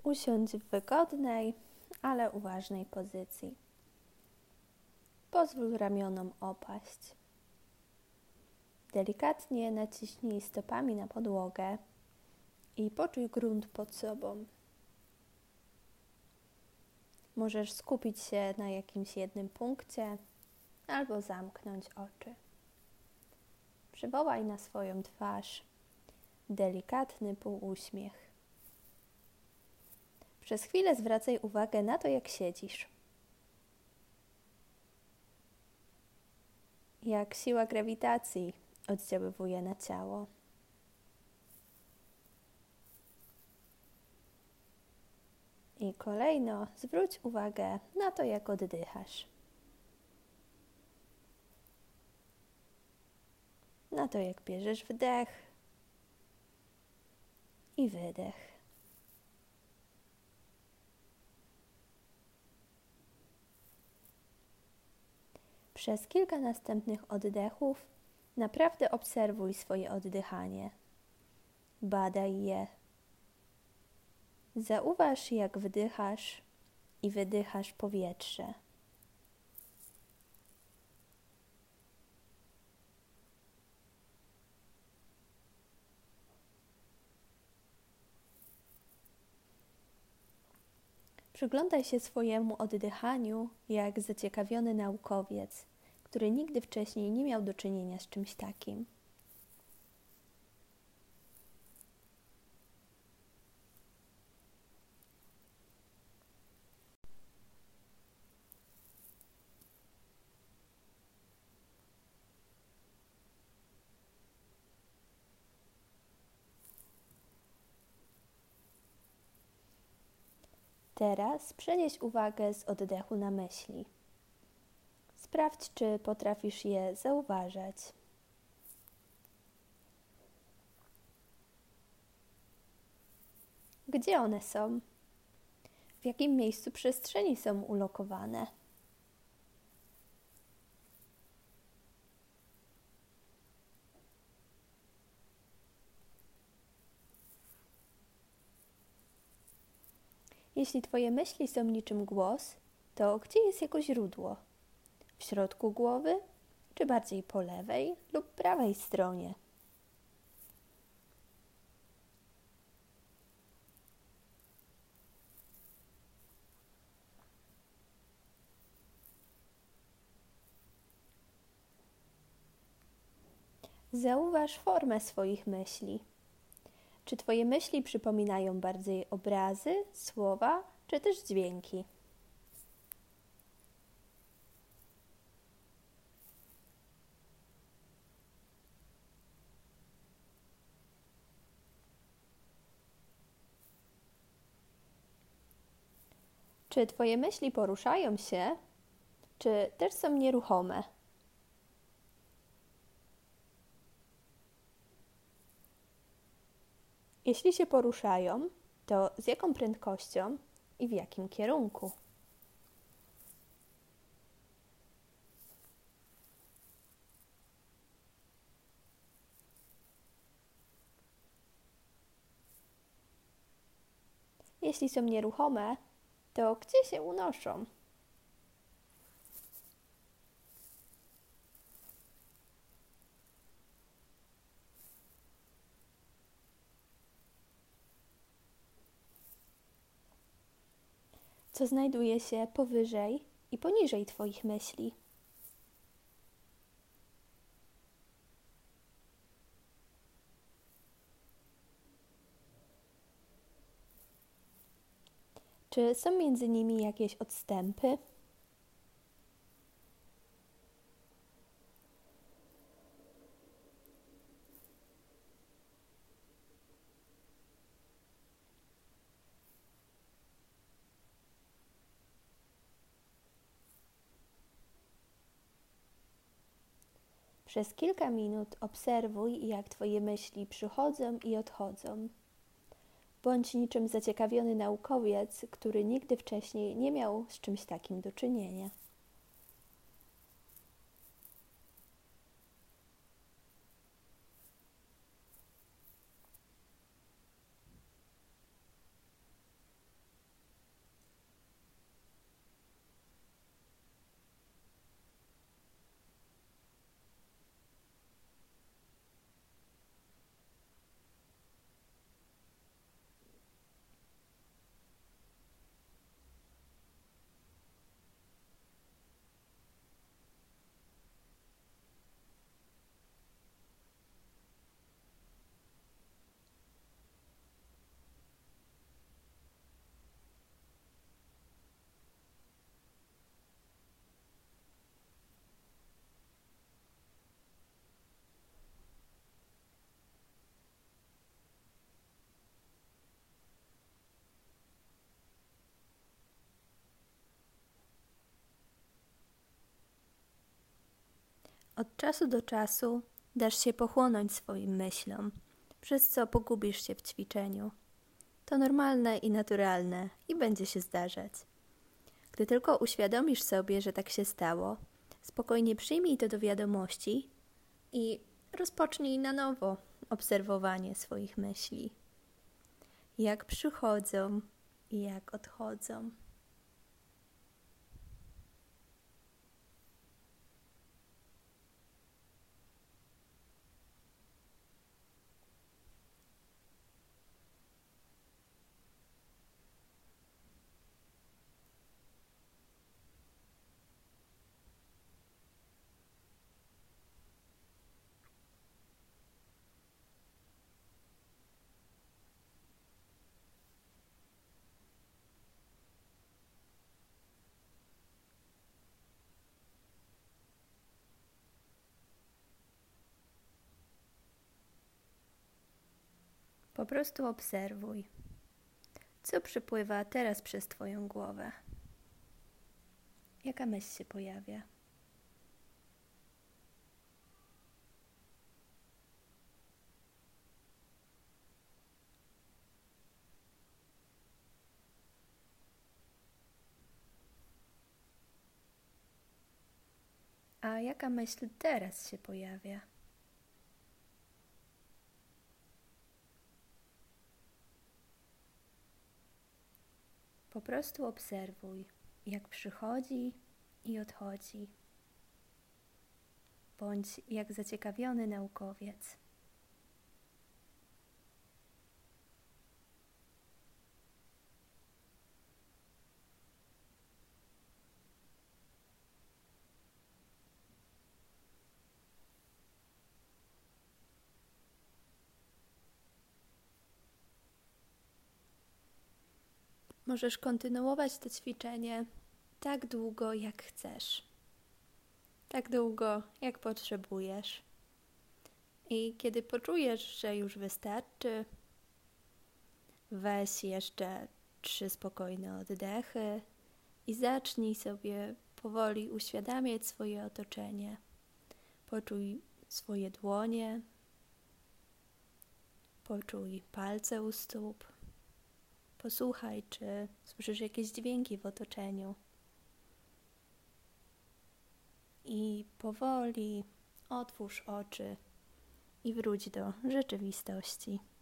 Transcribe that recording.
Usiądź w wygodnej, ale uważnej pozycji. Pozwól ramionom opaść. Delikatnie naciśnij stopami na podłogę i poczuj grunt pod sobą. Możesz skupić się na jakimś jednym punkcie albo zamknąć oczy. Przywołaj na swoją twarz delikatny półuśmiech. Przez chwilę zwracaj uwagę na to, jak siedzisz. Jak siła grawitacji oddziaływuje na ciało. I kolejno zwróć uwagę na to, jak oddychasz. Na to, jak bierzesz wdech i wydech. Przez kilka następnych oddechów naprawdę obserwuj swoje oddychanie. Badaj je. Zauważ, jak wdychasz i wydychasz powietrze. Przyglądaj się swojemu oddychaniu jak zaciekawiony naukowiec, który nigdy wcześniej nie miał do czynienia z czymś takim. Teraz przenieś uwagę z oddechu na myśli. Sprawdź, czy potrafisz je zauważać. Gdzie one są? W jakim miejscu przestrzeni są ulokowane? Jeśli Twoje myśli są niczym głos, to gdzie jest jego źródło? W środku głowy, czy bardziej po lewej lub prawej stronie? Zauważ formę swoich myśli. Czy Twoje myśli przypominają bardziej obrazy, słowa, czy też dźwięki? Czy Twoje myśli poruszają się, czy też są nieruchome? Jeśli się poruszają, to z jaką prędkością i w jakim kierunku? Jeśli są nieruchome, to gdzie się unoszą? Co znajduje się powyżej i poniżej Twoich myśli? Czy są między nimi jakieś odstępy? Przez kilka minut obserwuj, jak Twoje myśli przychodzą i odchodzą. Bądź niczym zaciekawiony naukowiec, który nigdy wcześniej nie miał z czymś takim do czynienia. Od czasu do czasu dasz się pochłonąć swoim myślom, przez co pogubisz się w ćwiczeniu. To normalne i naturalne i będzie się zdarzać. Gdy tylko uświadomisz sobie, że tak się stało, spokojnie przyjmij to do wiadomości i rozpocznij na nowo obserwowanie swoich myśli. Jak przychodzą i jak odchodzą. Po prostu obserwuj, co przypływa teraz przez Twoją głowę. Jaka myśl się pojawia? A jaka myśl teraz się pojawia? Po prostu obserwuj, jak przychodzi i odchodzi. Bądź jak zaciekawiony naukowiec. Możesz kontynuować to ćwiczenie tak długo, jak chcesz. Tak długo, jak potrzebujesz. I kiedy poczujesz, że już wystarczy, weź jeszcze 3 spokojne oddechy i zacznij sobie powoli uświadamiać swoje otoczenie. Poczuj swoje dłonie, poczuj palce u stóp. Posłuchaj, czy słyszysz jakieś dźwięki w otoczeniu. I powoli otwórz oczy i wróć do rzeczywistości.